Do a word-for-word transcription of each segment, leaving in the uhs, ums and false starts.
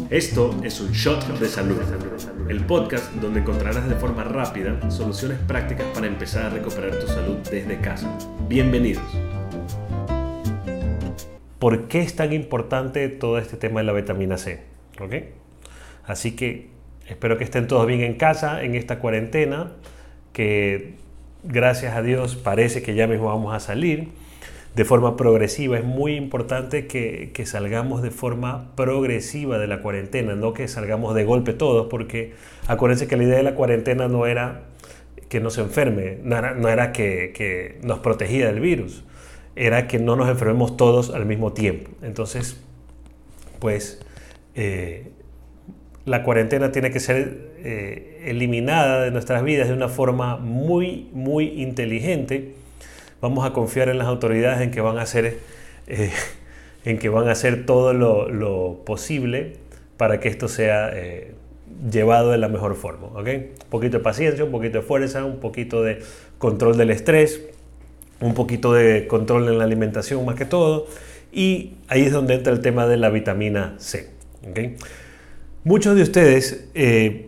Esto es un Shot de Salud, el podcast donde encontrarás de forma rápida soluciones prácticas para empezar a recuperar tu salud desde casa. Bienvenidos. ¿Por qué es tan importante todo este tema de la vitamina C? ¿Okay? Así que espero que estén todos bien en casa en esta cuarentena, que gracias a Dios parece que ya mismo vamos a salir de forma progresiva. Es muy importante que, que salgamos de forma progresiva de la cuarentena, no que salgamos de golpe todos, porque acuérdense que la idea de la cuarentena no era que nos enferme, no era, no era que, que nos protegía del virus, era que no nos enfermemos todos al mismo tiempo. Entonces, pues, eh, la cuarentena tiene que ser eh, eliminada de nuestras vidas de una forma muy, muy inteligente. Vamos a confiar en las autoridades en que van a hacer, eh, en que van a hacer todo lo, lo posible para que esto sea eh, llevado de la mejor forma. ¿Okay? Un poquito de paciencia, un poquito de fuerza, un poquito de control del estrés, un poquito de control en la alimentación más que todo. Y ahí es donde entra el tema de la vitamina C. ¿Okay? Muchos de ustedes eh,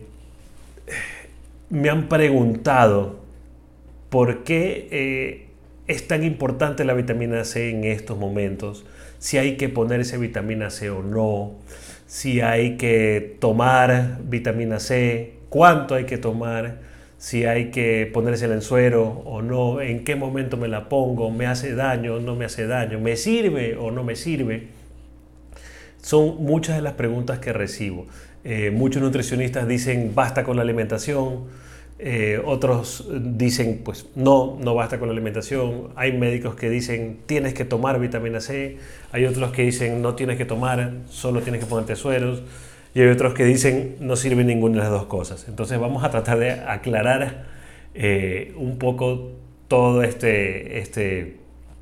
me han preguntado por qué eh, es tan importante la vitamina C en estos momentos, si hay que ponerse vitamina C o no, si hay que tomar vitamina C, cuánto hay que tomar, si hay que ponérsela en suero o no, en qué momento me la pongo, me hace daño o no me hace daño, me sirve o no me sirve. Son muchas de las preguntas que recibo. Eh, muchos nutricionistas dicen basta con la alimentación. Eh, otros dicen pues no, no basta con la alimentación. Hay médicos que dicen tienes que tomar vitamina C, hay otros que dicen no tienes que tomar, solo tienes que ponerte sueros, y hay otros que dicen no sirve ninguna de las dos cosas. Entonces vamos a tratar de aclarar eh, un poco todo este, este,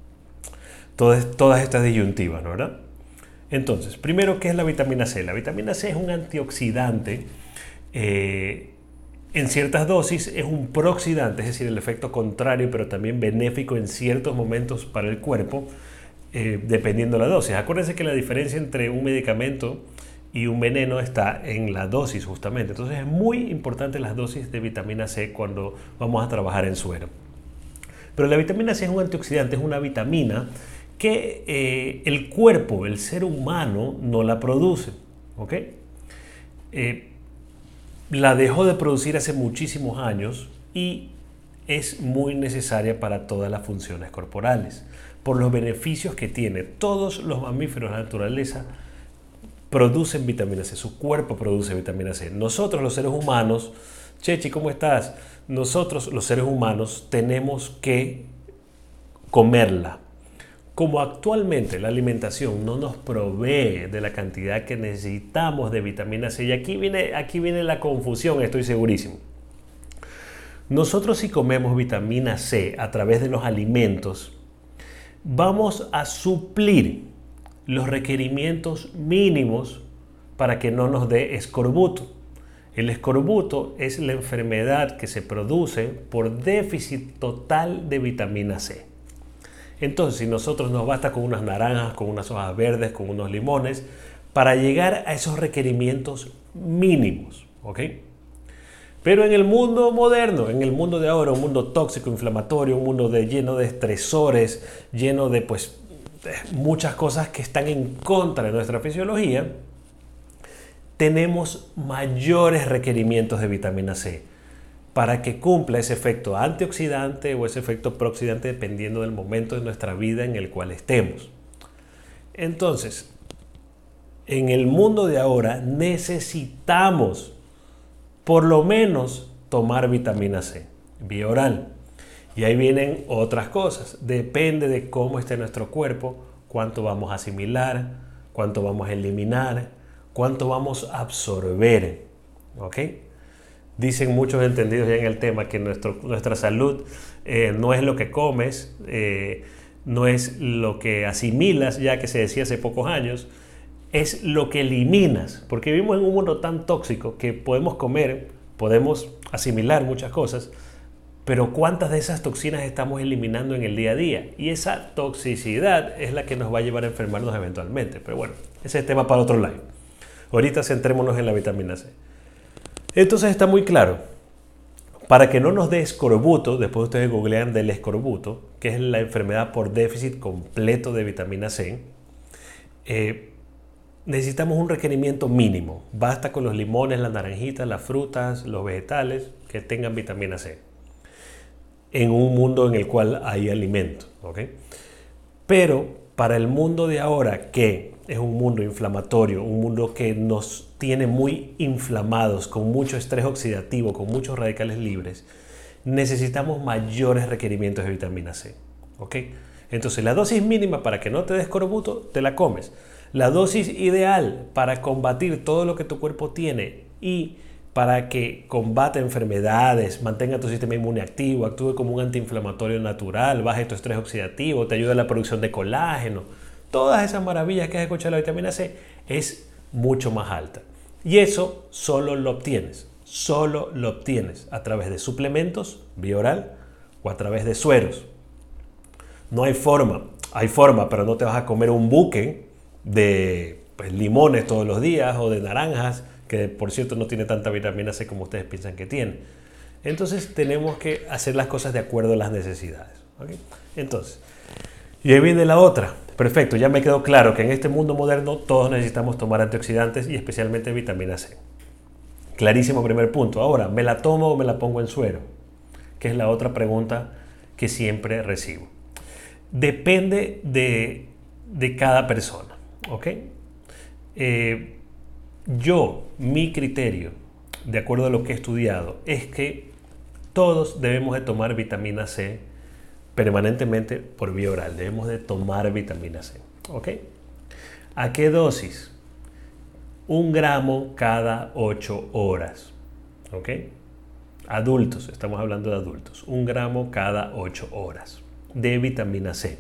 todas, todas estas disyuntivas, ¿no? ¿Verdad? Entonces, primero, ¿qué es la vitamina C? La vitamina C es un antioxidante. eh, En ciertas dosis es un prooxidante, es decir, el efecto contrario, pero también benéfico en ciertos momentos para el cuerpo, eh, dependiendo de la dosis. Acuérdense que la diferencia entre un medicamento y un veneno está en la dosis justamente. Entonces es muy importante las dosis de vitamina C cuando vamos a trabajar en suero. Pero la vitamina C es un antioxidante, es una vitamina que eh, el cuerpo, el ser humano, no la produce. ¿Ok? Eh, La dejó de producir hace muchísimos años y es muy necesaria para todas las funciones corporales, por los beneficios que tiene. Todos los mamíferos de la naturaleza producen vitamina C, su cuerpo produce vitamina C. Nosotros los seres humanos, Chechi, ¿cómo estás? Nosotros los seres humanos tenemos que comerla. Como actualmente la alimentación no nos provee de la cantidad que necesitamos de vitamina C, y aquí viene, aquí viene la confusión, estoy segurísimo. Nosotros, si comemos vitamina C a través de los alimentos, vamos a suplir los requerimientos mínimos para que no nos dé escorbuto. El escorbuto es la enfermedad que se produce por déficit total de vitamina C. Entonces, si nosotros nos basta con unas naranjas, con unas hojas verdes, con unos limones, para llegar a esos requerimientos mínimos, ¿ok? Pero en el mundo moderno, en el mundo de ahora, un mundo tóxico, inflamatorio, un mundo de, lleno de estresores, lleno de, pues, de muchas cosas que están en contra de nuestra fisiología, tenemos mayores requerimientos de vitamina C para que cumpla ese efecto antioxidante o ese efecto prooxidante dependiendo del momento de nuestra vida en el cual estemos. Entonces, en el mundo de ahora necesitamos por lo menos tomar vitamina C vía oral. Y ahí vienen otras cosas. Depende de cómo esté nuestro cuerpo, cuánto vamos a asimilar, cuánto vamos a eliminar, cuánto vamos a absorber. ¿Ok? Dicen muchos entendidos ya en el tema que nuestro, nuestra salud eh, no es lo que comes, eh, no es lo que asimilas, ya que se decía hace pocos años, es lo que eliminas, porque vivimos en un mundo tan tóxico que podemos comer, podemos asimilar muchas cosas, pero ¿cuántas de esas toxinas estamos eliminando en el día a día? Y esa toxicidad es la que nos va a llevar a enfermarnos eventualmente. Pero bueno, ese es tema para otro live. Ahorita centrémonos en la vitamina C. Entonces está muy claro. Para que no nos dé escorbuto, después ustedes googlean del escorbuto, que es la enfermedad por déficit completo de vitamina C, eh, necesitamos un requerimiento mínimo. Basta con los limones, las naranjitas, las frutas, los vegetales que tengan vitamina C. En un mundo en el cual hay alimento, ¿ok? Pero para el mundo de ahora, que es un mundo inflamatorio, un mundo que nos tiene muy inflamados, con mucho estrés oxidativo, con muchos radicales libres, necesitamos mayores requerimientos de vitamina C, ¿ok? Entonces la dosis mínima para que no te des escorbuto, te la comes. La dosis ideal para combatir todo lo que tu cuerpo tiene y para que combate enfermedades, mantenga tu sistema inmune activo, actúe como un antiinflamatorio natural, baje tu estrés oxidativo, te ayude a la producción de colágeno, todas esas maravillas que has escuchado de la vitamina C, es mucho más alta. Y eso solo lo obtienes, solo lo obtienes a través de suplementos vía oral o a través de sueros. No hay forma, hay forma, pero no te vas a comer un buque de pues, limones todos los días o de naranjas, que por cierto no tiene tanta vitamina C como ustedes piensan que tiene. Entonces tenemos que hacer las cosas de acuerdo a las necesidades, ¿okay? Entonces, y ahí viene la otra. Perfecto, ya me quedó claro que en este mundo moderno todos necesitamos tomar antioxidantes y especialmente vitamina C. Clarísimo primer punto. Ahora, ¿me la tomo o me la pongo en suero? Que es la otra pregunta que siempre recibo. Depende de, de cada persona, ¿ok? Eh, yo, mi criterio, de acuerdo a lo que he estudiado, es que todos debemos de tomar vitamina C permanentemente por vía oral. Debemos de tomar vitamina C, ¿ok? ¿A qué dosis? Un gramo cada ocho horas, ¿ok? Adultos, estamos hablando de adultos. Un gramo cada ocho horas de vitamina C.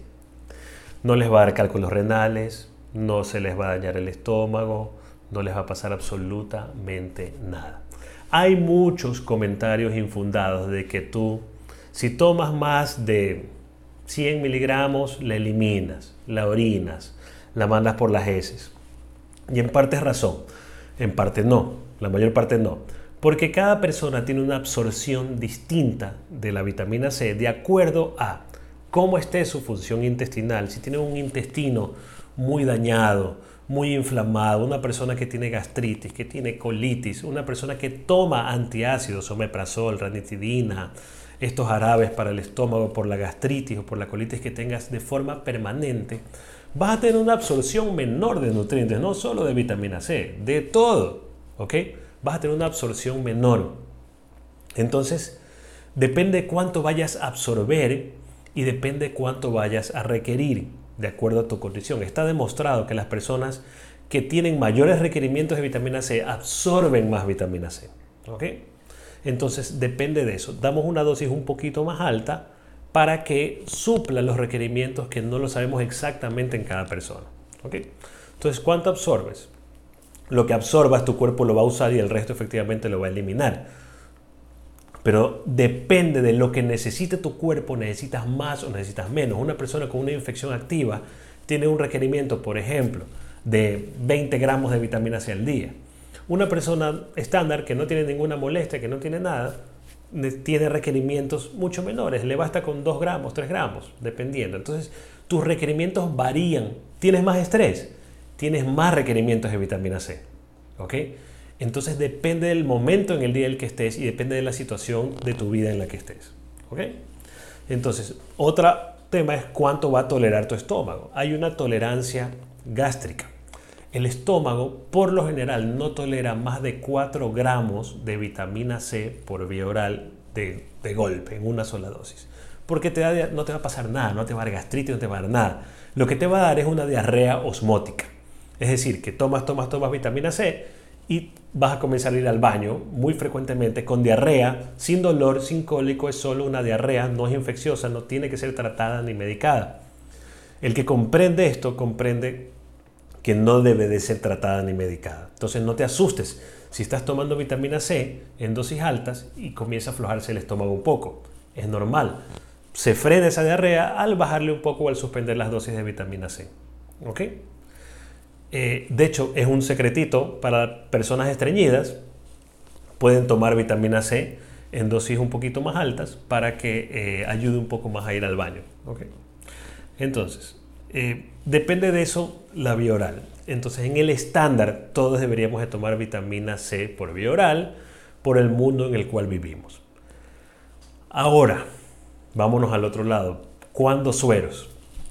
No les va a dar cálculos renales, no se les va a dañar el estómago, no les va a pasar absolutamente nada. Hay muchos comentarios infundados de que tú, si tomas más de cien miligramos, la eliminas, la orinas, la mandas por las heces. Y en parte es razón, en parte no, la mayor parte no. Porque cada persona tiene una absorción distinta de la vitamina C de acuerdo a cómo esté su función intestinal. Si tiene un intestino muy dañado, muy inflamado, una persona que tiene gastritis, que tiene colitis, una persona que toma antiácidos, omeprazol, ranitidina, estos jarabes para el estómago por la gastritis o por la colitis que tengas de forma permanente, vas a tener una absorción menor de nutrientes, no solo de vitamina C, de todo, ¿ok? Vas a tener una absorción menor. Entonces, depende cuánto vayas a absorber y depende cuánto vayas a requerir de acuerdo a tu condición. Está demostrado que las personas que tienen mayores requerimientos de vitamina C absorben más vitamina C, ¿ok? Entonces depende de eso. Damos una dosis un poquito más alta para que supla los requerimientos que no lo sabemos exactamente en cada persona, ¿ok? Entonces, ¿cuánto absorbes? Lo que absorbas tu cuerpo lo va a usar y el resto efectivamente lo va a eliminar. Pero depende de lo que necesite tu cuerpo, necesitas más o necesitas menos. Una persona con una infección activa tiene un requerimiento, por ejemplo, de veinte gramos de vitamina C al día. Una persona estándar que no tiene ninguna molestia, que no tiene nada, tiene requerimientos mucho menores. Le basta con dos gramos, tres gramos, dependiendo. Entonces, tus requerimientos varían. ¿Tienes más estrés? Tienes más requerimientos de vitamina C, ¿ok? Entonces depende del momento en el día en el que estés y depende de la situación de tu vida en la que estés, ¿ok? Entonces, otro tema es cuánto va a tolerar tu estómago. Hay una tolerancia gástrica. El estómago, por lo general, no tolera más de cuatro gramos de vitamina C por vía oral de, de golpe, en una sola dosis. Porque te da, no te va a pasar nada, no te va a dar gastritis, no te va a dar nada. Lo que te va a dar es una diarrea osmótica. Es decir, que tomas, tomas, tomas vitamina C y vas a comenzar a ir al baño muy frecuentemente con diarrea, sin dolor, sin cólico, es solo una diarrea, no es infecciosa, no tiene que ser tratada ni medicada. El que comprende esto, comprende que no debe de ser tratada ni medicada. Entonces no te asustes si estás tomando vitamina C en dosis altas y comienza a aflojarse el estómago un poco. Es normal. Se frena esa diarrea al bajarle un poco o al suspender las dosis de vitamina C. ¿Ok? Eh, de hecho, es un secretito para personas estreñidas. Pueden tomar vitamina C en dosis un poquito más altas para que eh, ayude un poco más a ir al baño. ¿Okay? Entonces, eh, depende de eso la vía oral. Entonces, en el estándar, todos deberíamos de tomar vitamina C por vía oral, por el mundo en el cual vivimos. Ahora, vámonos al otro lado. ¿Cuándo sueros?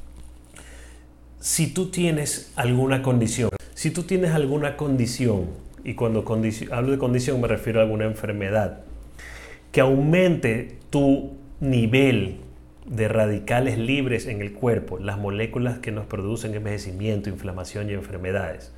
Si tú tienes alguna condición, si tú tienes alguna condición, y cuando condici- hablo de condición me refiero a alguna enfermedad, que aumente tu nivel de radicales libres en el cuerpo, las moléculas que nos producen envejecimiento, inflamación y enfermedades,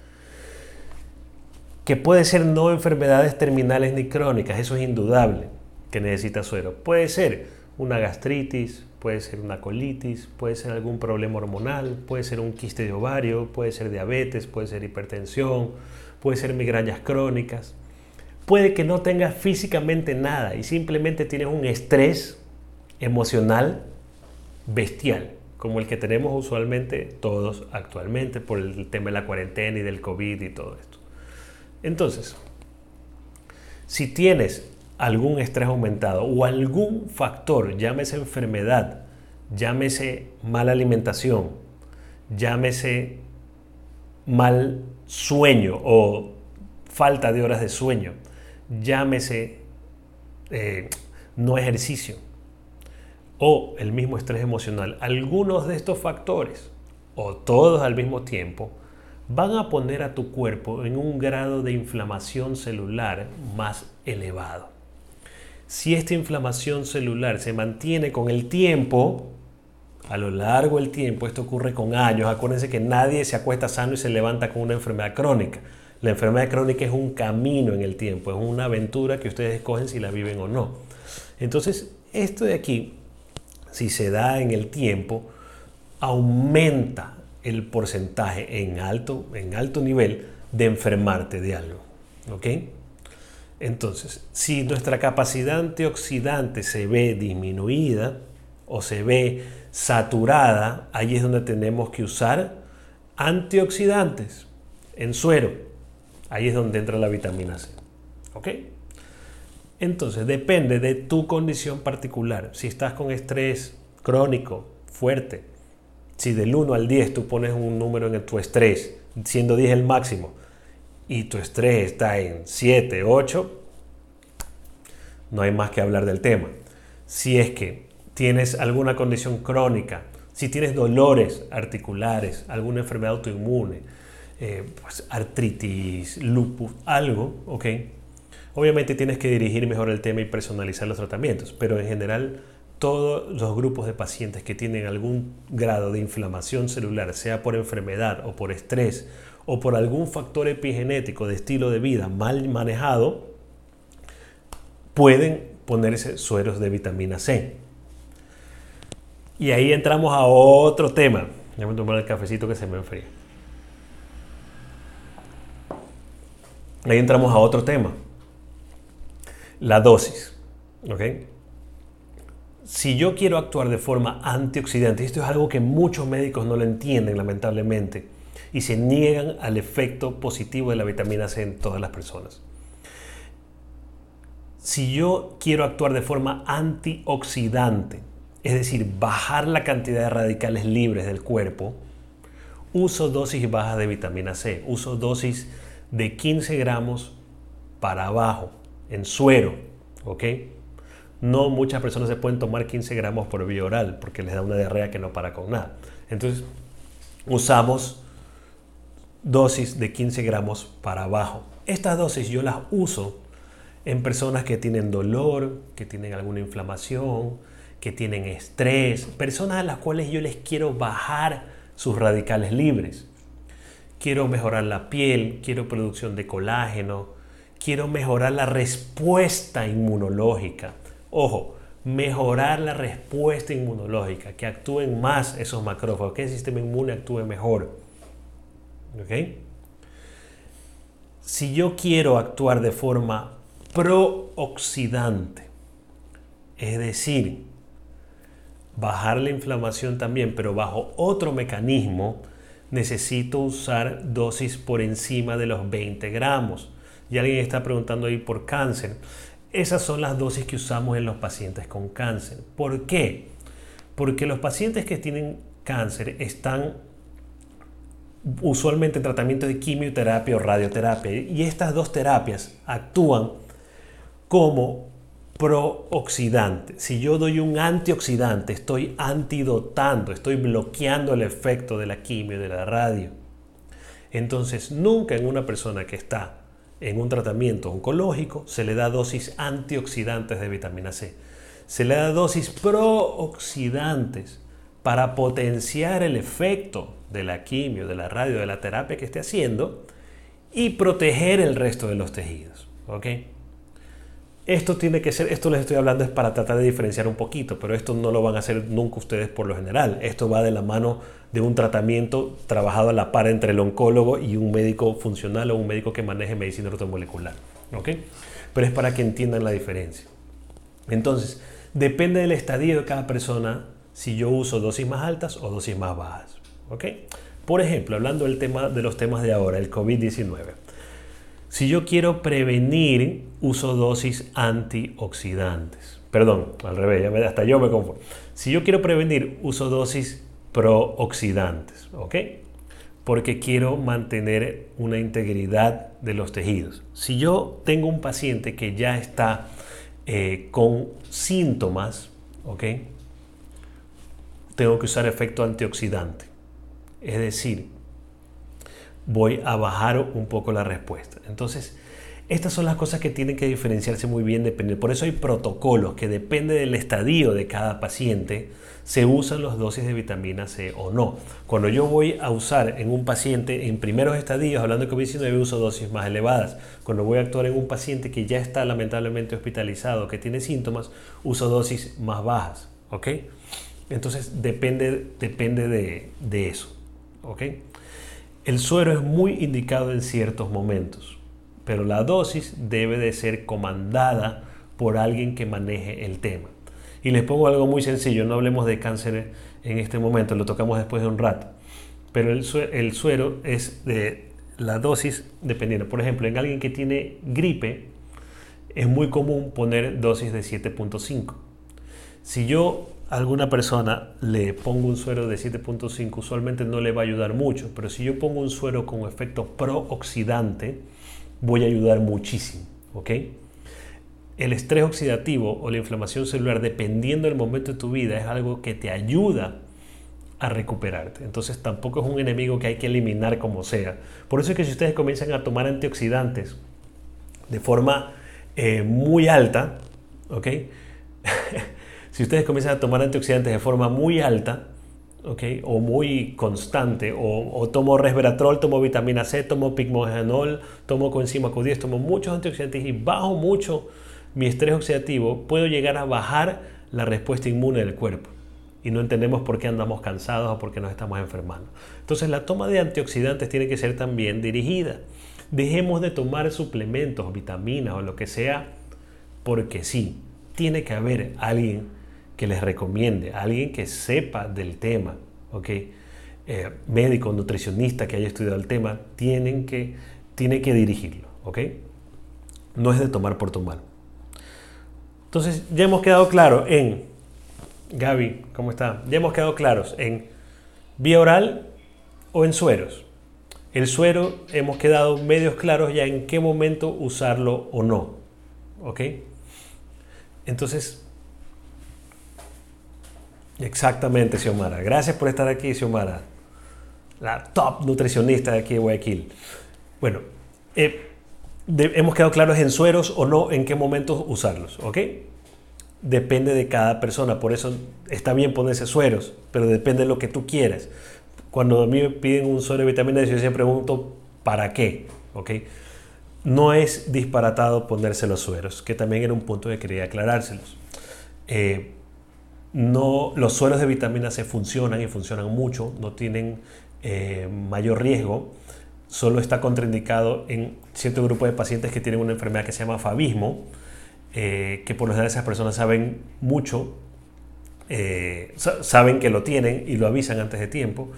que puede ser no enfermedades terminales ni crónicas, eso es indudable que necesita suero. Puede ser una gastritis, puede ser una colitis, puede ser algún problema hormonal, puede ser un quiste de ovario, puede ser diabetes, puede ser hipertensión, puede ser migrañas crónicas. Puede que no tengas físicamente nada y simplemente tienes un estrés emocional bestial, como el que tenemos usualmente todos actualmente por el tema de la cuarentena y del COVID y todo esto. Entonces, si tienes algún estrés aumentado o algún factor, llámese enfermedad, llámese mala alimentación, llámese mal sueño o falta de horas de sueño, llámese eh, no ejercicio o el mismo estrés emocional, algunos de estos factores o todos al mismo tiempo van a poner a tu cuerpo en un grado de inflamación celular más elevado. Si esta inflamación celular se mantiene con el tiempo, a lo largo del tiempo, esto ocurre con años, acuérdense que nadie se acuesta sano y se levanta con una enfermedad crónica. La enfermedad crónica es un camino en el tiempo, es una aventura que ustedes escogen si la viven o no. Entonces, esto de aquí, si se da en el tiempo, aumenta el porcentaje en alto, en alto nivel de enfermarte de algo. ¿Ok? Entonces, si nuestra capacidad antioxidante se ve disminuida o se ve saturada, ahí es donde tenemos que usar antioxidantes en suero. Ahí es donde entra la vitamina C. ¿Ok? Entonces, depende de tu condición particular. Si estás con estrés crónico, fuerte, si del uno al diez tú pones un número en tu estrés, siendo diez el máximo, y tu estrés está en siete, ocho, no hay más que hablar del tema. Si es que tienes alguna condición crónica, si tienes dolores articulares, alguna enfermedad autoinmune, eh, pues artritis, lupus, algo, ¿ok? Obviamente tienes que dirigir mejor el tema y personalizar los tratamientos, pero en general todos los grupos de pacientes que tienen algún grado de inflamación celular, sea por enfermedad o por estrés o por algún factor epigenético de estilo de vida mal manejado, pueden ponerse sueros de vitamina C. Y ahí entramos a otro tema. Ya me tomé el cafecito que se me enfría. Ahí entramos a otro tema. La dosis. ¿Ok? Si yo quiero actuar de forma antioxidante, esto es algo que muchos médicos no lo entienden lamentablemente y se niegan al efecto positivo de la vitamina C en todas las personas. Si yo quiero actuar de forma antioxidante, es decir, bajar la cantidad de radicales libres del cuerpo, uso dosis bajas de vitamina C, uso dosis de quince gramos para abajo en suero, ¿ok? No muchas personas se pueden tomar quince gramos por vía oral porque les da una diarrea que no para con nada. Entonces, usamos dosis de quince gramos para abajo. Estas dosis yo las uso en personas que tienen dolor, que tienen alguna inflamación, que tienen estrés, personas a las cuales yo les quiero bajar sus radicales libres. Quiero mejorar la piel, quiero producción de colágeno, quiero mejorar la respuesta inmunológica. Ojo, mejorar la respuesta inmunológica, que actúen más esos macrófagos, que el sistema inmune actúe mejor. ¿Ok? Si yo quiero actuar de forma prooxidante, es decir, bajar la inflamación también, pero bajo otro mecanismo, necesito usar dosis por encima de los veinte gramos. Y alguien está preguntando ahí por cáncer. Esas son las dosis que usamos en los pacientes con cáncer. ¿Por qué? Porque los pacientes que tienen cáncer están usualmente en tratamiento de quimioterapia o radioterapia, y estas dos terapias actúan como prooxidante. Si yo doy un antioxidante, estoy antidotando, estoy bloqueando el efecto de la quimio y de la radio. Entonces, nunca en una persona que está en un tratamiento oncológico se le da dosis antioxidantes de vitamina C. Se le da dosis prooxidantes para potenciar el efecto de la quimio, de la radio, de la terapia que esté haciendo y proteger el resto de los tejidos. ¿Ok? Esto tiene que ser, esto les estoy hablando es para tratar de diferenciar un poquito, pero esto no lo van a hacer nunca ustedes por lo general. Esto va de la mano de un tratamiento trabajado a la par entre el oncólogo y un médico funcional o un médico que maneje medicina ortomolecular. ¿Ok? Pero es para que entiendan la diferencia. Entonces, depende del estadio de cada persona si yo uso dosis más altas o dosis más bajas. ¿Ok? Por ejemplo, hablando del tema, de los temas de ahora, el COVID diecinueve. Si yo quiero prevenir, uso dosis antioxidantes. Perdón, al revés, ya me, hasta yo me confundo. Si yo quiero prevenir, uso dosis prooxidantes. ¿Ok? Porque quiero mantener una integridad de los tejidos. Si yo tengo un paciente que ya está eh, con síntomas, ¿ok?, tengo que usar efecto antioxidante. Es decir, voy a bajar un poco la respuesta. Entonces, estas son las cosas que tienen que diferenciarse muy bien. Depende. Por eso hay protocolos que depende del estadio de cada paciente, se usan las dosis de vitamina C o no. Cuando yo voy a usar en un paciente en primeros estadios, hablando de COVID diecinueve, uso dosis más elevadas. Cuando voy a actuar en un paciente que ya está lamentablemente hospitalizado, que tiene síntomas, uso dosis más bajas. ¿Ok? Entonces depende, depende de, de eso. ¿Ok? El suero es muy indicado en ciertos momentos, pero la dosis debe de ser comandada por alguien que maneje el tema. Y les pongo algo muy sencillo, no hablemos de cáncer en este momento, lo tocamos después de un rato. Pero el suero, el suero es de la dosis dependiendo. Por ejemplo, en alguien que tiene gripe, es muy común poner dosis de siete punto cinco. Si yo a alguna persona le pongo un suero de siete punto cinco, usualmente no le va a ayudar mucho, pero si yo pongo un suero con efecto prooxidante, voy a ayudar muchísimo. ¿Ok? El estrés oxidativo o la inflamación celular, dependiendo del momento de tu vida, es algo que te ayuda a recuperarte. Entonces tampoco es un enemigo que hay que eliminar como sea. Por eso es que si ustedes comienzan a tomar antioxidantes de forma eh, muy alta, ¿ok? Si ustedes comienzan a tomar antioxidantes de forma muy alta, ¿okay?, o muy constante, o, o tomo resveratrol, tomo vitamina C, tomo picmogenol, tomo coenzima Q diez, tomo muchos antioxidantes y bajo mucho mi estrés oxidativo, puedo llegar a bajar la respuesta inmune del cuerpo. Y no entendemos por qué andamos cansados o por qué nos estamos enfermando. Entonces la toma de antioxidantes tiene que ser también dirigida. Dejemos de tomar suplementos, vitaminas o lo que sea, porque sí, tiene que haber alguien que les recomiende, alguien que sepa del tema, ¿ok? Eh, médico, nutricionista que haya estudiado el tema, tienen que, tiene que dirigirlo, ¿ok? No es de tomar por tomar. Entonces ya hemos quedado claros en, Gaby, ¿cómo está? Ya hemos quedado claros en vía oral o en sueros. El suero hemos quedado medios claros ya en qué momento usarlo o no, ¿ok? Entonces, exactamente, Xiomara. Gracias por estar aquí, Xiomara. La top nutricionista de aquí de Guayaquil. Bueno, eh, de, hemos quedado claros en sueros o no, en qué momentos usarlos, ¿ok? Depende de cada persona, por eso está bien ponerse sueros, pero depende de lo que tú quieras. Cuando a mí me piden un suero de vitamina D, yo siempre pregunto, ¿para qué? ¿Ok? No es disparatado ponerse los sueros, que también era un punto que quería aclarárselos. Eh, no, los sueros de vitamina C funcionan y funcionan mucho, no tienen eh, mayor riesgo, solo está contraindicado en cierto grupo de pacientes que tienen una enfermedad que se llama fabismo, eh, que por lo general esas personas saben mucho, eh, saben que lo tienen y lo avisan antes de tiempo.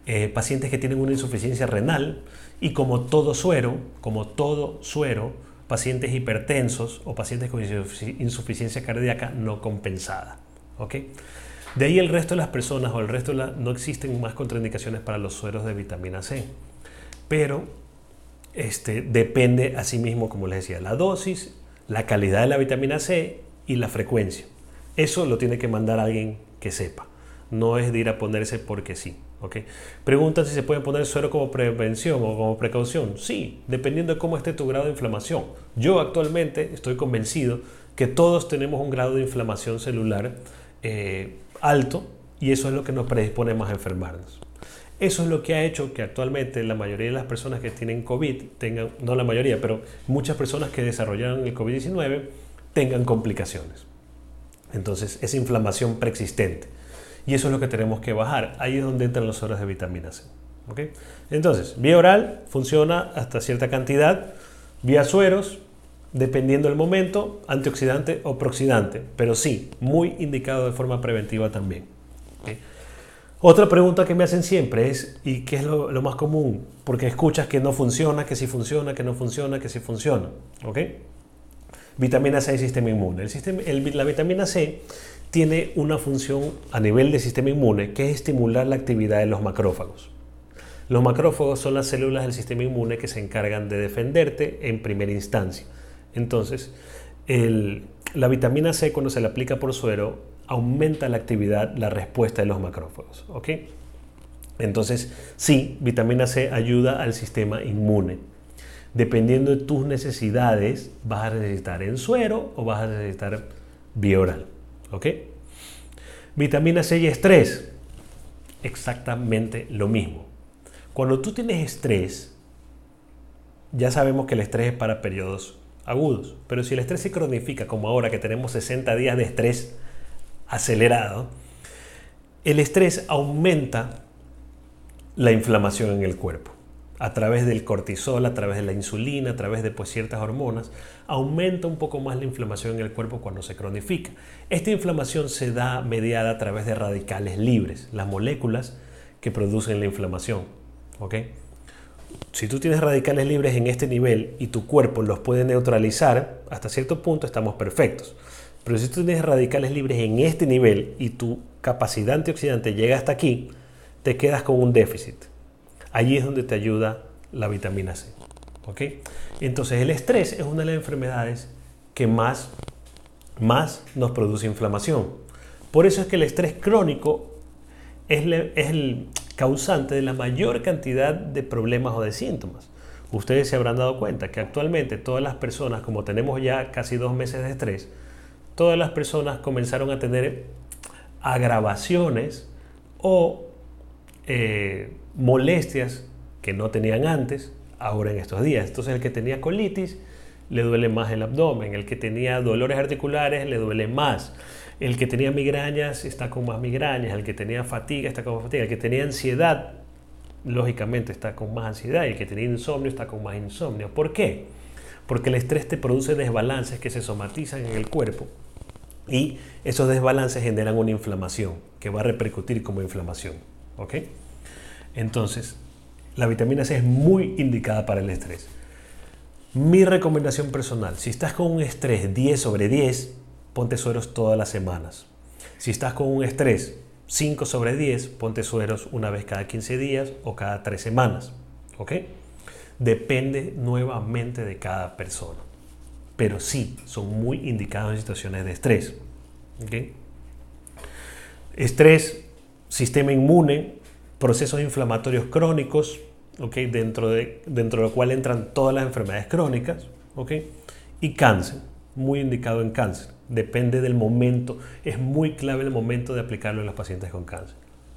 eh, pacientes que tienen una insuficiencia renal y como todo suero, como todo suero, pacientes hipertensos o pacientes con insuficiencia cardíaca no compensada. ¿Ok? De ahí el resto de las personas o el resto de la, no existen más contraindicaciones para los sueros de vitamina C. Pero este, depende asimismo, como les decía, la dosis, la calidad de la vitamina C y la frecuencia. Eso lo tiene que mandar alguien que sepa. No es de ir a ponerse porque sí. ¿Okay? Preguntan si se puede poner suero como prevención o como precaución. Sí, dependiendo de cómo esté tu grado de inflamación. Yo actualmente estoy convencido que todos tenemos un grado de inflamación celular eh, alto y eso es lo que nos predispone más a enfermarnos. Eso es lo que ha hecho que actualmente la mayoría de las personas que tienen COVID tengan, no la mayoría, pero muchas personas que desarrollaron el COVID diecinueve tengan complicaciones. Entonces, es inflamación preexistente. Y eso es lo que tenemos que bajar. Ahí es donde entran los sueros de vitamina C. ¿Okay? Entonces, vía oral funciona hasta cierta cantidad. Vía sueros, dependiendo del momento, antioxidante o prooxidante. Pero sí, muy indicado de forma preventiva también. ¿Okay? Otra pregunta que me hacen siempre es, ¿y qué es lo, lo más común? Porque escuchas que no funciona, que sí funciona, que no funciona, que sí funciona. ¿Okay? Vitamina C y sistema inmune. El sistema, el, la vitamina C tiene una función a nivel del sistema inmune que es estimular la actividad de los macrófagos. Los macrófagos son las células del sistema inmune que se encargan de defenderte en primera instancia. Entonces, el, la vitamina C cuando se le aplica por suero aumenta la actividad, la respuesta de los macrófagos. ¿Ok? Entonces, sí, vitamina C ayuda al sistema inmune. Dependiendo de tus necesidades, vas a necesitar en suero o vas a necesitar vía oral. ¿Ok? Vitamina C y estrés, exactamente lo mismo. Cuando tú tienes estrés, ya sabemos que el estrés es para periodos agudos, pero si el estrés se cronifica, como ahora que tenemos sesenta días de estrés acelerado, el estrés aumenta la inflamación en el cuerpo. A través del cortisol, a través de la insulina, a través de pues, ciertas hormonas, aumenta un poco más la inflamación en el cuerpo cuando se cronifica. Esta inflamación se da mediada a través de radicales libres, las moléculas que producen la inflamación. ¿Ok? Si tú tienes radicales libres en este nivel y tu cuerpo los puede neutralizar, hasta cierto punto estamos perfectos. Pero si tú tienes radicales libres en este nivel y tu capacidad antioxidante llega hasta aquí, te quedas con un déficit. Allí es donde te ayuda la vitamina C. ¿Ok? Entonces el estrés es una de las enfermedades que más, más nos produce inflamación. Por eso es que el estrés crónico es, le, es el causante de la mayor cantidad de problemas o de síntomas. Ustedes se habrán dado cuenta que actualmente todas las personas, como tenemos ya casi dos meses de estrés, todas las personas comenzaron a tener agravaciones o eh, molestias que no tenían antes, ahora en estos días. Entonces el que tenía colitis le duele más el abdomen, el que tenía dolores articulares le duele más, el que tenía migrañas está con más migrañas, el que tenía fatiga está con más fatiga, el que tenía ansiedad lógicamente está con más ansiedad y el que tenía insomnio está con más insomnio. ¿Por qué? Porque el estrés te produce desbalances que se somatizan en el cuerpo y esos desbalances generan una inflamación que va a repercutir como inflamación. ¿Ok? Entonces, la vitamina C es muy indicada para el estrés. Mi recomendación personal, si estás con un estrés diez sobre diez, ponte sueros todas las semanas. Si estás con un estrés cinco sobre diez, ponte sueros una vez cada quince días o cada tres semanas. ¿Ok? Depende nuevamente de cada persona. Pero sí, son muy indicados en situaciones de estrés. ¿Ok? Estrés, sistema inmune, procesos inflamatorios crónicos, ¿okay? dentro, de, dentro de lo cual entran todas las enfermedades crónicas, ¿okay? Y cáncer, muy indicado en cáncer. Depende del momento, es muy clave el momento de aplicarlo en los pacientes con cáncer.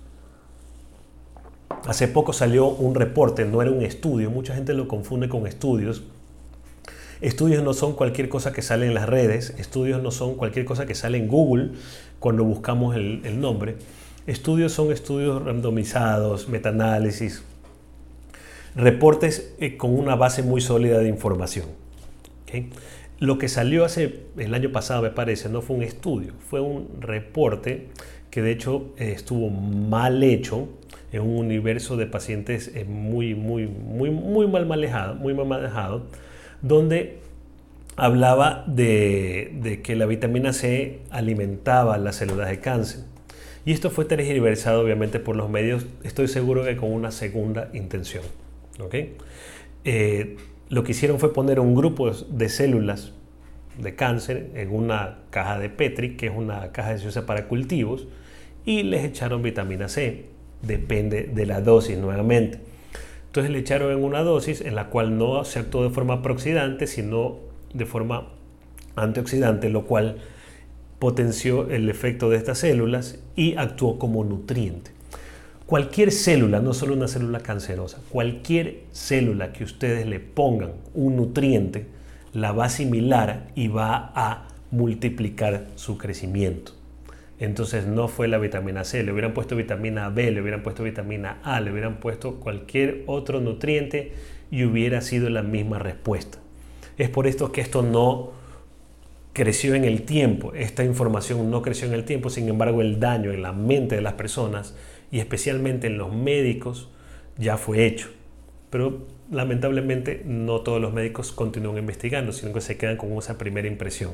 Hace poco salió un reporte, no era un estudio, mucha gente lo confunde con estudios. Estudios no son cualquier cosa que sale en las redes, estudios no son cualquier cosa que sale en Google cuando buscamos el, el nombre. Estudios son estudios randomizados, metaanálisis, reportes eh, con una base muy sólida de información. ¿Okay? Lo que salió hace el año pasado, me parece, no fue un estudio, fue un reporte que de hecho eh, estuvo mal hecho, en un universo de pacientes eh, muy, muy, muy, muy mal manejado, muy mal manejado, donde hablaba de, de que la vitamina C alimentaba las células de cáncer. Y esto fue tergiversado obviamente por los medios, estoy seguro que con una segunda intención. ¿Okay? Eh, lo que hicieron fue poner un grupo de células de cáncer en una caja de Petri, que es una caja que se usa para cultivos, y les echaron vitamina C, depende de la dosis nuevamente. Entonces le echaron en una dosis en la cual no se actuó de forma prooxidante, sino de forma antioxidante, lo cual potenció el efecto de estas células y actuó como nutriente. Cualquier célula, no solo una célula cancerosa, cualquier célula que ustedes le pongan un nutriente, la va a asimilar y va a multiplicar su crecimiento. Entonces no fue la vitamina C, le hubieran puesto vitamina B, le hubieran puesto vitamina A, le hubieran puesto cualquier otro nutriente y hubiera sido la misma respuesta. Es por esto que esto no creció en el tiempo, esta información no creció en el tiempo, sin embargo el daño en la mente de las personas y especialmente en los médicos ya fue hecho. Pero lamentablemente no todos los médicos continúan investigando, sino que se quedan con esa primera impresión.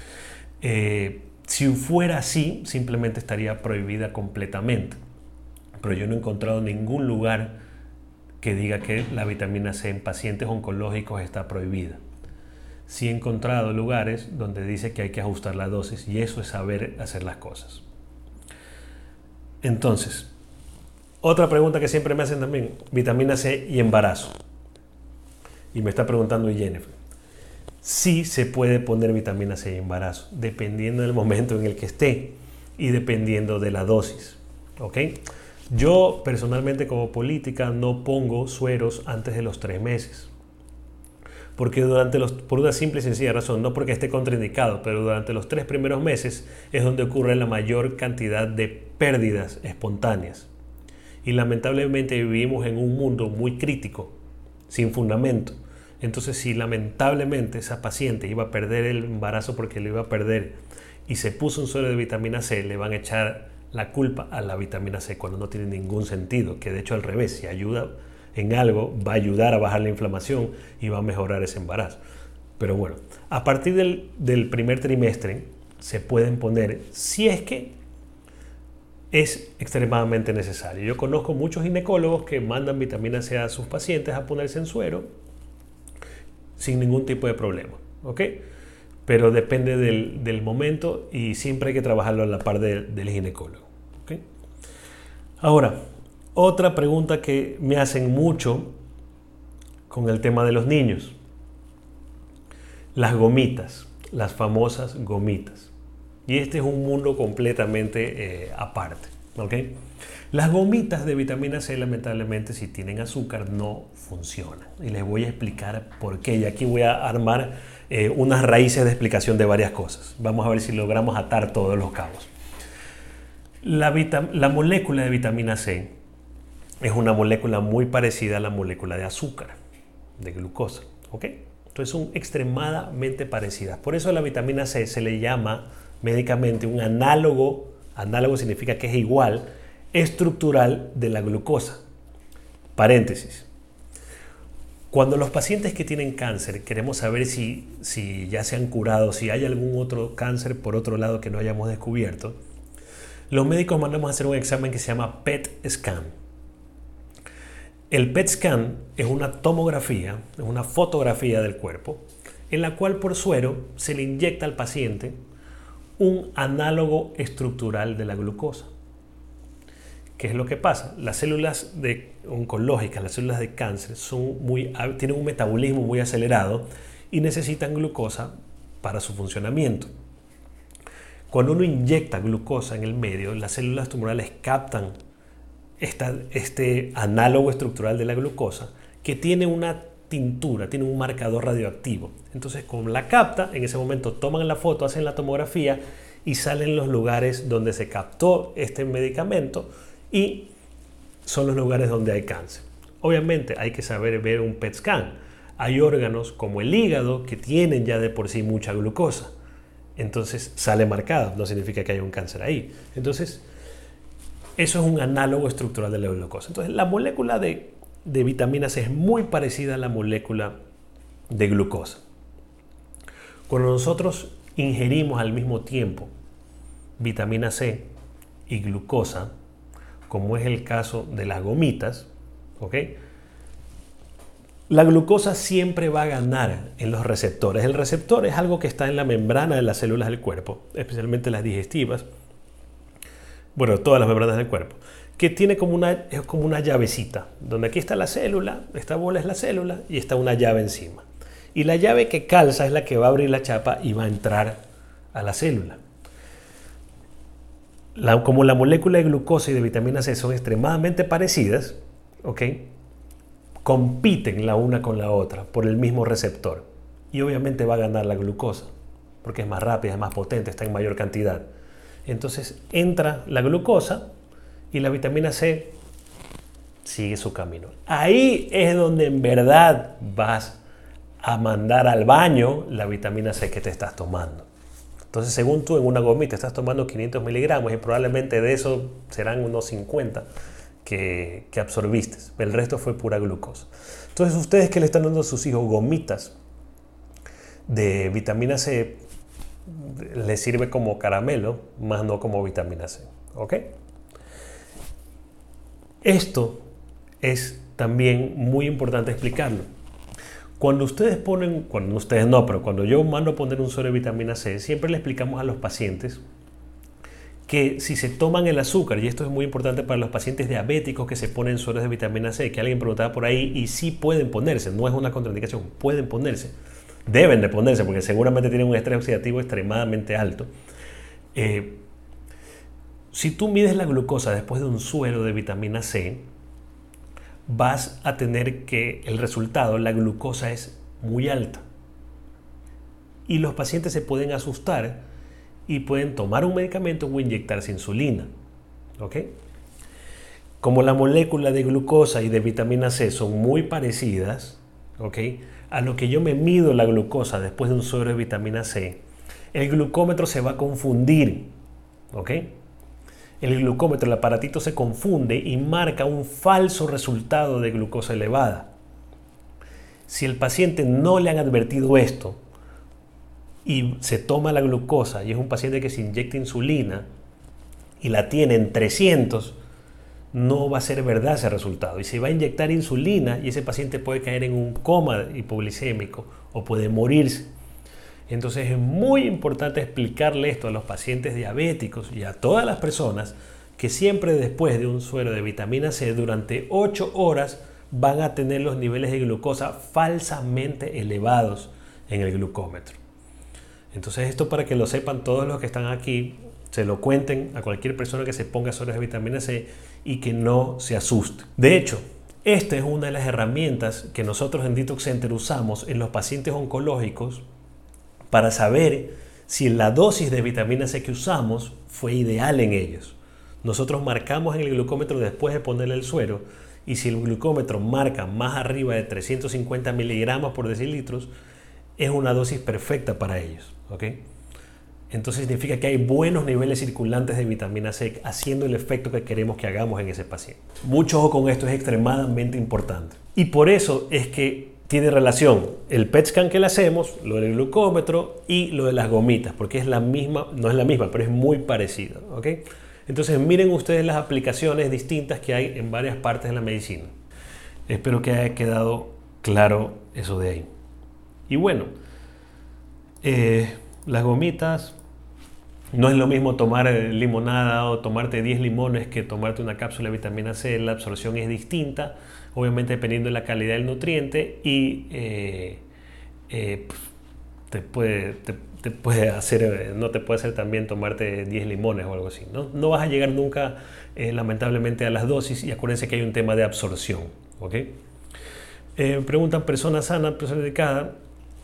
Eh, si fuera así, simplemente estaría prohibida completamente. Pero yo no he encontrado ningún lugar que diga que la vitamina C en pacientes oncológicos está prohibida. Sí he encontrado lugares donde dice que hay que ajustar la dosis y eso es saber hacer las cosas. Entonces, otra pregunta que siempre me hacen también, vitamina C y embarazo. Y me está preguntando Jennifer. Sí se puede poner vitamina C y embarazo, dependiendo del momento en el que esté y dependiendo de la dosis. ¿Ok? Yo personalmente como política no pongo sueros antes de los tres meses. Porque durante los, por una simple y sencilla razón, no porque esté contraindicado, pero durante los tres primeros meses es donde ocurre la mayor cantidad de pérdidas espontáneas. Y lamentablemente vivimos en un mundo muy crítico, sin fundamento. Entonces, si lamentablemente esa paciente iba a perder el embarazo porque lo iba a perder y se puso un suero de vitamina C, le van a echar la culpa a la vitamina C cuando no tiene ningún sentido, que de hecho al revés, si ayuda en algo, va a ayudar a bajar la inflamación y va a mejorar ese embarazo. Pero bueno, a partir del, del primer trimestre se pueden poner, si es que es extremadamente necesario. Yo conozco muchos ginecólogos que mandan vitamina C a sus pacientes a ponerse en suero sin ningún tipo de problema, ¿ok? Pero depende del, del momento y siempre hay que trabajarlo a la par de, del ginecólogo, ¿ok? Ahora, otra pregunta que me hacen mucho con el tema de los niños. Las gomitas, las famosas gomitas. Y este es un mundo completamente eh, aparte, ¿ok? Las gomitas de vitamina C, lamentablemente, si tienen azúcar, no funcionan. Y les voy a explicar por qué. Y aquí voy a armar eh, unas raíces de explicación de varias cosas. Vamos a ver si logramos atar todos los cabos. La, la molécula de vitamina C es una molécula muy parecida a la molécula de azúcar, de glucosa, ¿ok? Entonces son extremadamente parecidas. Por eso a la vitamina C se le llama médicamente un análogo, análogo significa que es igual, estructural de la glucosa. Paréntesis. Cuando los pacientes que tienen cáncer queremos saber si, si ya se han curado, si hay algún otro cáncer por otro lado que no hayamos descubierto, los médicos mandamos a hacer un examen que se llama P E T scan. El P E T scan es una tomografía, es una fotografía del cuerpo, en la cual por suero se le inyecta al paciente un análogo estructural de la glucosa. ¿Qué es lo que pasa? Las células de, oncológicas, las células de cáncer, son muy, tienen un metabolismo muy acelerado y necesitan glucosa para su funcionamiento. Cuando uno inyecta glucosa en el medio, las células tumorales captan esta, este análogo estructural de la glucosa que tiene una tintura, tiene un marcador radioactivo. Entonces, como la capta, en ese momento toman la foto, hacen la tomografía y salen los lugares donde se captó este medicamento y son los lugares donde hay cáncer. Obviamente hay que saber ver un P E T scan. Hay órganos como el hígado que tienen ya de por sí mucha glucosa. Entonces sale marcado, no significa que haya un cáncer ahí. Entonces, Eso es un análogo estructural de la glucosa. Entonces, la molécula de, de vitamina C es muy parecida a la molécula de glucosa. Cuando nosotros ingerimos al mismo tiempo vitamina C y glucosa, como es el caso de las gomitas, ¿ok? La glucosa siempre va a ganar en los receptores. El receptor es algo que está en la membrana de las células del cuerpo, especialmente las digestivas, bueno, todas las membranas del cuerpo, que tiene como una, es como una llavecita, donde aquí está la célula, esta bola es la célula y está una llave encima. Y la llave que calza es la que va a abrir la chapa y va a entrar a la célula. La, como la molécula de glucosa y de vitamina C son extremadamente parecidas, ¿ok? Compiten la una con la otra por el mismo receptor. Y obviamente va a ganar la glucosa, porque es más rápida, es más potente, está en mayor cantidad. Entonces entra la glucosa y la vitamina C sigue su camino. Ahí es donde en verdad vas a mandar al baño la vitamina C que te estás tomando. Entonces, según tú, en una gomita estás tomando quinientos miligramos y probablemente de eso serán unos cincuenta que, que absorbiste. El resto fue pura glucosa. Entonces, ustedes que le están dando a sus hijos gomitas de vitamina C, les sirve como caramelo, más no como vitamina C. ¿Ok? Esto es también muy importante explicarlo. Cuando ustedes ponen, cuando ustedes no, pero cuando yo mando a poner un suero de vitamina C, siempre le explicamos a los pacientes que si se toman el azúcar, y esto es muy importante para los pacientes diabéticos que se ponen sueros de vitamina C, que alguien preguntaba por ahí, y sí pueden ponerse, no es una contraindicación, pueden ponerse, deben de ponerse, porque seguramente tienen un estrés oxidativo extremadamente alto. Eh, si tú mides la glucosa después de un suero de vitamina C, vas a tener que el resultado, la glucosa es muy alta. Y los pacientes se pueden asustar y pueden tomar un medicamento o inyectarse insulina. ¿Ok? Como la molécula de glucosa y de vitamina C son muy parecidas, ¿ok?, a lo que yo me mido la glucosa después de un suero de vitamina C, el glucómetro se va a confundir. ¿Ok? El glucómetro, el aparatito se confunde y marca un falso resultado de glucosa elevada. Si el paciente no le han advertido esto y se toma la glucosa y es un paciente que se inyecta insulina y la tiene en trescientos, no va a ser verdad ese resultado. Y se va a inyectar insulina y ese paciente puede caer en un coma hipoglicémico o puede morirse. Entonces es muy importante explicarle esto a los pacientes diabéticos y a todas las personas que siempre después de un suero de vitamina C durante ocho horas van a tener los niveles de glucosa falsamente elevados en el glucómetro. Entonces esto, para que lo sepan todos los que están aquí, se lo cuenten a cualquier persona que se ponga sueros de vitamina C y que no se asuste. De hecho, esta es una de las herramientas que nosotros en Detox Center usamos en los pacientes oncológicos para saber si la dosis de vitamina C que usamos fue ideal en ellos. Nosotros marcamos en el glucómetro después de ponerle el suero, y si el glucómetro marca más arriba de trescientos cincuenta miligramos por decilitros, es una dosis perfecta para ellos. ¿Ok? Entonces significa que hay buenos niveles circulantes de vitamina C haciendo el efecto que queremos que hagamos en ese paciente. Mucho ojo con esto, es extremadamente importante. Y por eso es que tiene relación el P E T scan que le hacemos, lo del glucómetro y lo de las gomitas, porque es la misma, no es la misma, pero es muy parecido. ¿Ok? Entonces miren ustedes las aplicaciones distintas que hay en varias partes de la medicina. Espero que haya quedado claro eso de ahí. Y bueno, eh, las gomitas, no es lo mismo tomar limonada o tomarte diez limones que tomarte una cápsula de vitamina C. La absorción es distinta, obviamente dependiendo de la calidad del nutriente, y eh, eh, te, puede, te, te puede hacer, no te puede hacer también tomarte diez limones o algo así. No, no vas a llegar nunca, eh, lamentablemente, a las dosis, y acuérdense que hay un tema de absorción. ¿Ok? Eh, preguntan, persona sana, persona dedicada,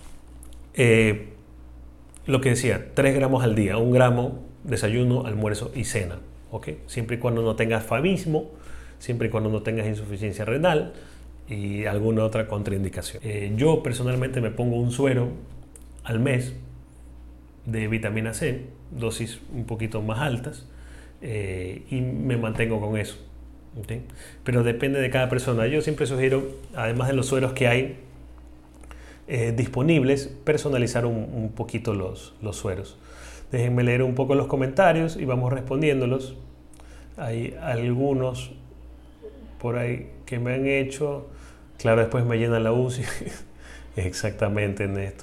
eh, lo que decía, tres gramos al día, un gramo desayuno, almuerzo y cena. ¿Ok? Siempre y cuando no tengas fabismo, siempre y cuando no tengas insuficiencia renal y alguna otra contraindicación. Eh, yo personalmente me pongo un suero al mes de vitamina C, dosis un poquito más altas, eh, y me mantengo con eso. ¿Okay? Pero depende de cada persona. Yo siempre sugiero, además de los sueros que hay eh, disponibles, personalizar un, un poquito los, los sueros. Déjenme leer un poco los comentarios y vamos respondiéndolos. Hay algunos por ahí que me han hecho. Claro, después me llenan la U C I. Exactamente, en esto.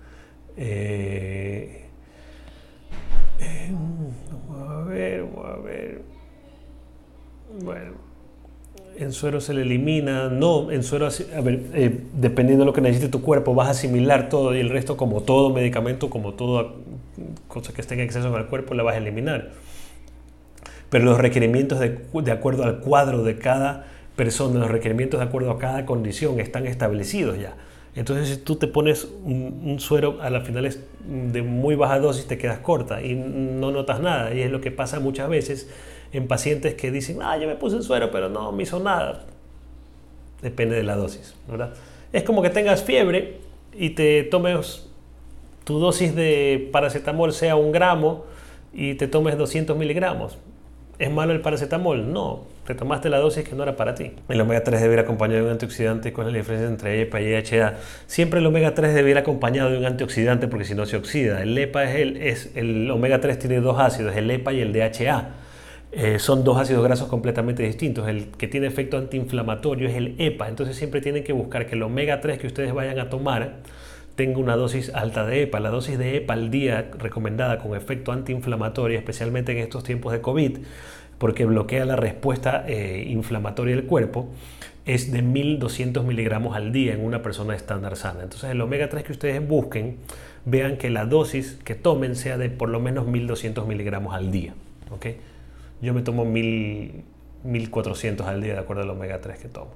Eh, eh, vamos a ver, vamos a ver. Bueno, en suero se le elimina. No, en suero, a ver, eh, dependiendo de lo que necesite tu cuerpo, vas a asimilar todo y el resto, como todo medicamento, como toda cosa que esté en exceso en el cuerpo, la vas a eliminar. Pero los requerimientos de, de acuerdo al cuadro de cada persona, los requerimientos de acuerdo a cada condición están establecidos ya. Entonces, si tú te pones un, un suero a las finales de muy baja dosis, te quedas corta y no notas nada. Y es lo que pasa muchas veces en pacientes que dicen, ah, yo me puse un suero, pero no me hizo nada. Depende de la dosis, ¿verdad? Es como que tengas fiebre y te tomes tu dosis de paracetamol sea un gramo y te tomes doscientos miligramos. ¿Es malo el paracetamol? No, te tomaste la dosis que no era para ti. El omega tres debe ir acompañado de un antioxidante. ¿Cuál es la diferencia entre EPA y D H A? Siempre el omega tres debe ir acompañado de un antioxidante porque si no se oxida. El EPA es el, es el omega tres tiene dos ácidos, el EPA y el D H A. Eh, son dos ácidos grasos completamente distintos. El que tiene efecto antiinflamatorio es el EPA. Entonces siempre tienen que buscar que el omega tres que ustedes vayan a tomar tenga una dosis alta de EPA. La dosis de EPA al día recomendada con efecto antiinflamatorio, especialmente en estos tiempos de COVID, porque bloquea la respuesta eh, inflamatoria del cuerpo, es de mil doscientos miligramos al día en una persona estándar sana. Entonces el omega tres que ustedes busquen, vean que la dosis que tomen sea de por lo menos mil doscientos miligramos al día. ¿Okay? Yo me tomo mil cuatrocientos al día de acuerdo al omega tres que tomo.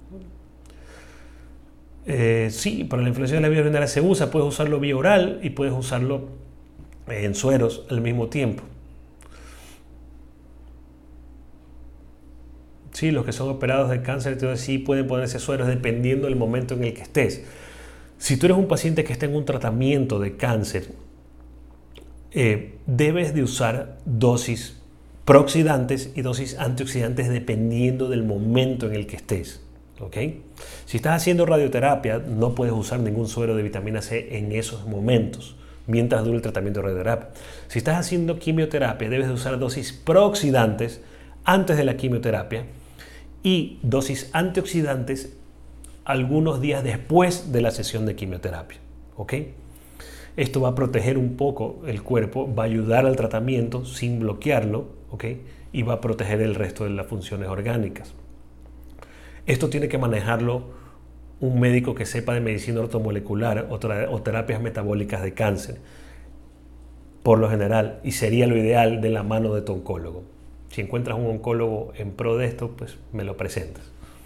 Eh, sí, para la inflamación de la vía urinaria se usa, puedes usarlo vía oral y puedes usarlo en sueros al mismo tiempo. Sí, los que son operados de cáncer entonces sí pueden ponerse sueros dependiendo del momento en el que estés. Si tú eres un paciente que está en un tratamiento de cáncer, eh, debes de usar dosis prooxidantes y dosis antioxidantes dependiendo del momento en el que estés. ¿Okay? Si estás haciendo radioterapia, no puedes usar ningún suero de vitamina C en esos momentos, mientras dure el tratamiento de radioterapia. Si estás haciendo quimioterapia, debes de usar dosis prooxidantes antes de la quimioterapia y dosis antioxidantes algunos días después de la sesión de quimioterapia. ¿Okay? Esto va a proteger un poco el cuerpo, va a ayudar al tratamiento sin bloquearlo, ¿okay? Y va a proteger el resto de las funciones orgánicas. Esto tiene que manejarlo un médico que sepa de medicina ortomolecular o, o terapias metabólicas de cáncer, por lo general, y sería lo ideal de la mano de tu oncólogo. Si encuentras un oncólogo en pro de esto, pues me lo presentas.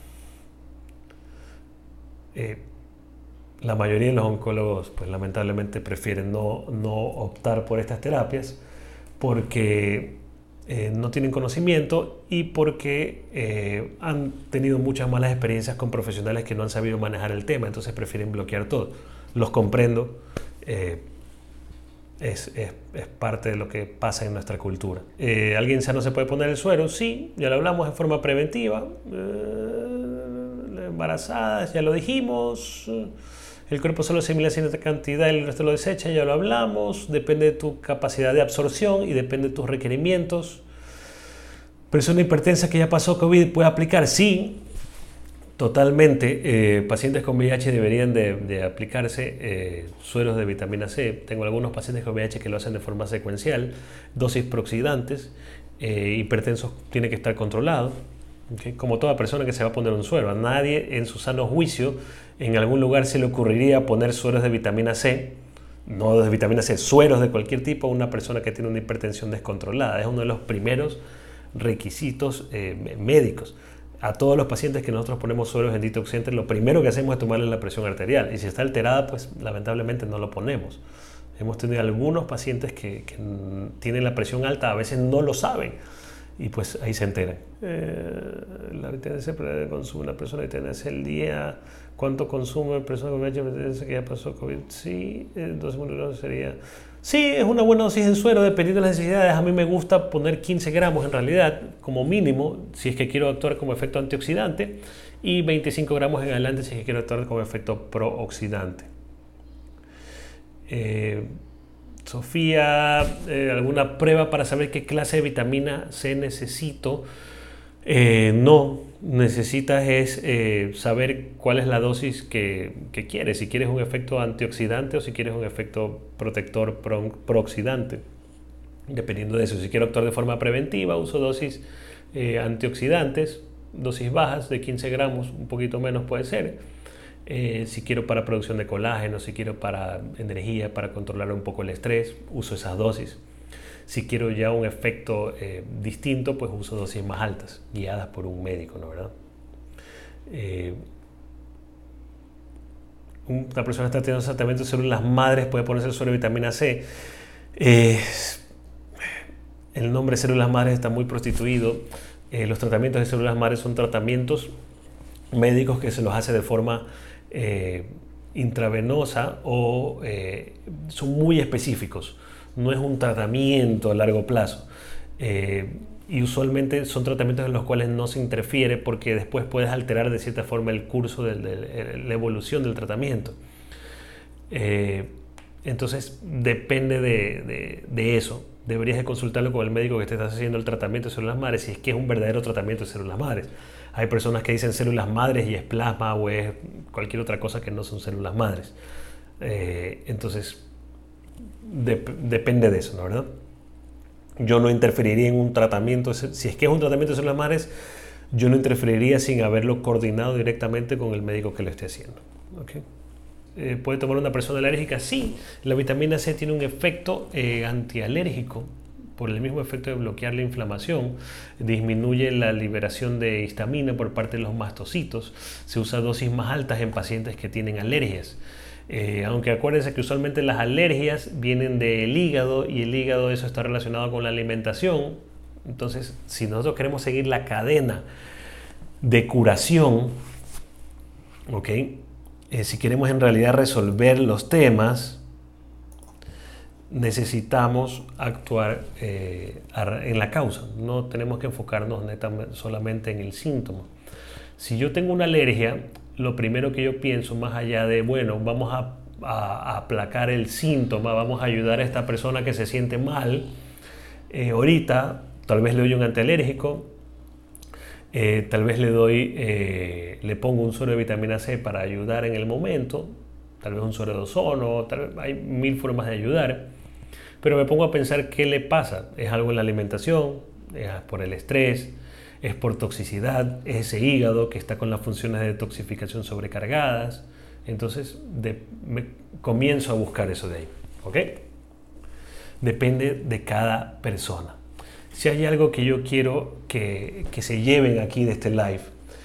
Eh, la mayoría de los oncólogos, pues lamentablemente prefieren no, no optar por estas terapias porque eh, no tienen conocimiento y porque eh, han tenido muchas malas experiencias con profesionales que no han sabido manejar el tema, entonces prefieren bloquear todo. Los comprendo. Eh, Es, es, es parte de lo que pasa en nuestra cultura. Eh, ¿Alguien sano se puede poner el suero? Sí, ya lo hablamos de forma preventiva. Eh, embarazadas, ya lo dijimos. El cuerpo solo asimila cierta cantidad y el resto lo desecha, ya lo hablamos. Depende de tu capacidad de absorción y depende de tus requerimientos. ¿Persona hipertensa que ya pasó COVID puede aplicar? Sí. Totalmente, eh, pacientes con V I H deberían de, de aplicarse eh, sueros de vitamina C. Tengo algunos pacientes con V I H que lo hacen de forma secuencial, dosis prooxidantes, eh, hipertensos tiene que estar controlado, ¿okay? Como toda persona que se va a poner un suero. A nadie en su sano juicio en algún lugar se le ocurriría poner sueros de vitamina C, no de vitamina C, sueros de cualquier tipo a una persona que tiene una hipertensión descontrolada. Es uno de los primeros requisitos eh, médicos. A todos los pacientes que nosotros ponemos sueros en Detox Center, lo primero que hacemos es tomarle la presión arterial. Y si está alterada, pues lamentablemente no lo ponemos. Hemos tenido algunos pacientes que, que tienen la presión alta, a veces no lo saben. y pues ahí se enteran. Eh, la vitamina C consume una persona de vitamina C el día. ¿Cuánto consume una persona con V I H que ya pasó COVID? Sí, doce miligramos sería... Sí, es una buena dosis en suero dependiendo de las necesidades. A mí me gusta poner quince gramos en realidad como mínimo si es que quiero actuar como efecto antioxidante y veinticinco gramos en adelante si es que quiero actuar como efecto prooxidante. Eh, Sofía, eh, ¿alguna prueba para saber qué clase de vitamina C necesito? Eh, no, necesitas es eh, saber cuál es la dosis que, que quieres, si quieres un efecto antioxidante o si quieres un efecto protector pro, prooxidante. Dependiendo de eso, si quiero actuar de forma preventiva, uso dosis eh, antioxidantes, dosis bajas de quince gramos, un poquito menos puede ser. Eh, si quiero para producción de colágeno, si quiero para energía, para controlar un poco el estrés, uso esas dosis. Si quiero ya un efecto eh, distinto, pues uso dosis más altas, guiadas por un médico, ¿no? ¿Verdad? Eh, una persona está teniendo tratamiento de células madres, puede ponerse el suero de vitamina C. Eh, el nombre células madres está muy prostituido. Eh, los tratamientos de células madres son tratamientos médicos que se los hace de forma eh, intravenosa o eh, son muy específicos. No es un tratamiento a largo plazo. Eh, y usualmente son tratamientos en los cuales no se interfiere porque después puedes alterar de cierta forma el curso, de, de, de la evolución del tratamiento. Eh, entonces depende de, de, de eso. Deberías de consultarlo con el médico que te está haciendo el tratamiento de células madres si es que es un verdadero tratamiento de células madres. Hay personas que dicen células madres y es plasma o es cualquier otra cosa que no son células madres. Eh, entonces de, depende de eso, ¿no? ¿Verdad? Yo no interferiría en un tratamiento, si es que es un tratamiento de células madres, yo no interferiría sin haberlo coordinado directamente con el médico que lo esté haciendo. ¿Okay? Eh, ¿Puede tomar una persona alérgica? Sí, la vitamina C tiene un efecto eh, antialérgico por el mismo efecto de bloquear la inflamación, disminuye la liberación de histamina por parte de los mastocitos, se usa dosis más altas en pacientes que tienen alergias. Eh, aunque acuérdense que usualmente las alergias vienen del hígado y el hígado eso está relacionado con la alimentación. Entonces, si nosotros queremos seguir la cadena de curación, ¿ok? Eh, si queremos en realidad resolver los temas, necesitamos actuar eh, en la causa. No tenemos que enfocarnos netamente, solamente en el síntoma. Si yo tengo una alergia, lo primero que yo pienso, más allá de, bueno, vamos a, a, a aplacar el síntoma, vamos a ayudar a esta persona que se siente mal, eh, ahorita tal vez le doy un antialérgico, eh, tal vez le doy, eh, le pongo un suero de vitamina C para ayudar en el momento, tal vez un suero de ozono, tal vez hay mil formas de ayudar, pero me pongo a pensar qué le pasa. ¿Es algo en la alimentación? ¿Es por el estrés? ¿Es por toxicidad? ¿Es ese hígado que está con las funciones de detoxificación sobrecargadas? Entonces de, me comienzo a buscar eso de ahí. ¿Ok? Depende de cada persona. Si hay algo que yo quiero que, que se lleven aquí de este live,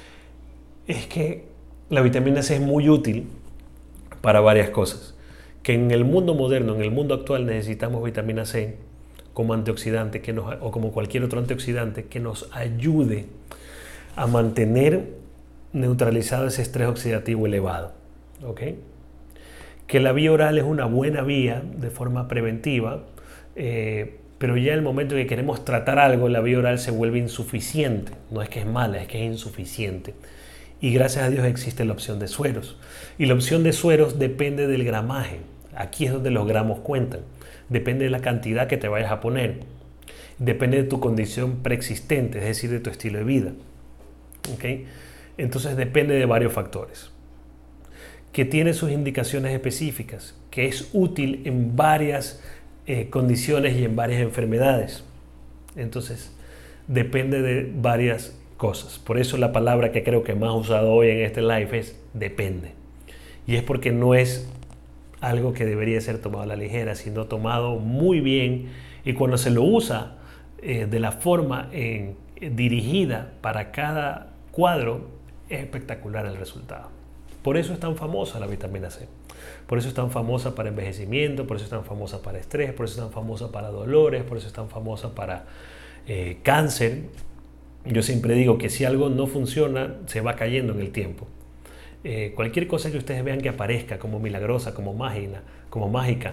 es que la vitamina C es muy útil para varias cosas. Que en el mundo moderno, en el mundo actual, necesitamos vitamina C como antioxidante que nos, o como cualquier otro antioxidante que nos ayude a mantener neutralizado ese estrés oxidativo elevado. ¿Okay? Que la vía oral es una buena vía de forma preventiva, eh, pero ya en el momento en que queremos tratar algo, la vía oral se vuelve insuficiente. No es que es mala, es que es insuficiente. Y gracias a Dios existe la opción de sueros. Y la opción de sueros depende del gramaje. Aquí es donde los gramos cuentan. Depende de la cantidad que te vayas a poner. Depende de tu condición preexistente, es decir, de tu estilo de vida. ¿Okay? Entonces depende de varios factores. Que tiene sus indicaciones específicas, que es útil en varias eh, condiciones y en varias enfermedades. Entonces depende de varias cosas. Por eso la palabra que creo que más usado hoy en este live es depende. Y es porque no es algo que debería ser tomado a la ligera, sino tomado muy bien, y cuando se lo usa eh, de la forma eh, dirigida para cada cuadro, es espectacular el resultado. Por eso es tan famosa la vitamina C, por eso es tan famosa para envejecimiento, por eso es tan famosa para estrés, por eso es tan famosa para dolores, por eso es tan famosa para eh, cáncer. Yo siempre digo que si algo no funciona, se va cayendo en el tiempo. Eh, cualquier cosa que ustedes vean que aparezca como milagrosa, como mágica, como mágica,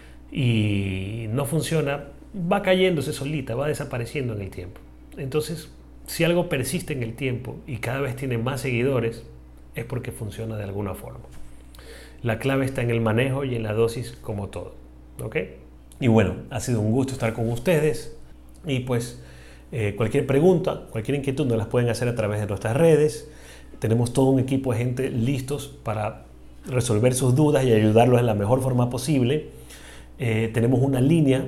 y no funciona, va cayéndose solita, va desapareciendo en el tiempo. Entonces, si algo persiste en el tiempo y cada vez tiene más seguidores, es porque funciona de alguna forma. La clave está en el manejo y en la dosis, como todo. ¿Ok? Y bueno, ha sido un gusto estar con ustedes. Y pues, eh, cualquier pregunta, cualquier inquietud nos las pueden hacer a través de nuestras redes. Tenemos todo un equipo de gente listos para resolver sus dudas y ayudarlos en la mejor forma posible. Eh, tenemos una línea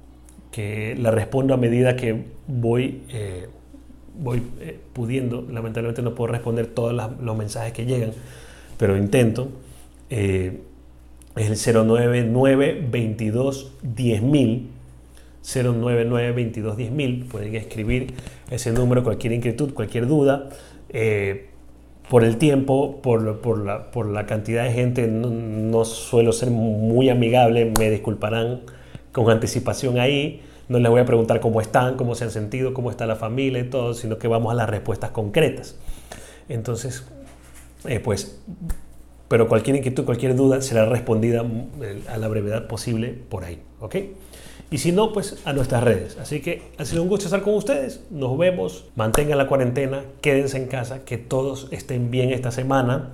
que la respondo a medida que voy, eh, voy eh, pudiendo. Lamentablemente no puedo responder todos las, los mensajes que llegan, pero intento. Eh, es el cero nueve nueve, veintidós, diez mil. cero nueve nueve, veintidós, diez mil. Pueden escribir ese número, cualquier inquietud, cualquier duda. Eh, por el tiempo, por, por, la, por la cantidad de gente, no, no suelo ser muy amigable, me disculparán con anticipación ahí. No les voy a preguntar cómo están, cómo se han sentido, cómo está la familia y todo, sino que vamos a las respuestas concretas. Entonces, eh, pues, pero cualquier inquietud, cualquier duda será respondida a la brevedad posible por ahí, ¿ok? Y si no, pues a nuestras redes. Así que ha sido un gusto estar con ustedes. Nos vemos. Mantengan la cuarentena. Quédense en casa. Que todos estén bien esta semana.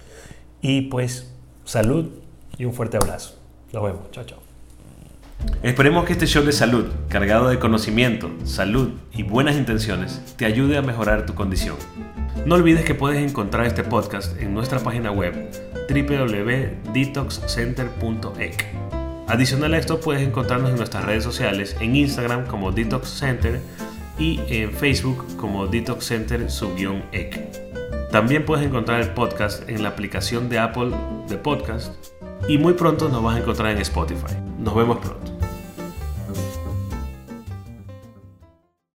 Y pues salud y un fuerte abrazo. Nos vemos. Chao, chao. Esperemos que este show de salud, cargado de conocimiento, salud y buenas intenciones, te ayude a mejorar tu condición. No olvides que puedes encontrar este podcast en nuestra página web doble u doble u doble u punto detox center punto e c. Adicional a esto, puedes encontrarnos en nuestras redes sociales, en Instagram como Detox Center y en Facebook como Detox Center E C. También puedes encontrar el podcast en la aplicación de Apple de Podcast y muy pronto nos vas a encontrar en Spotify. Nos vemos pronto.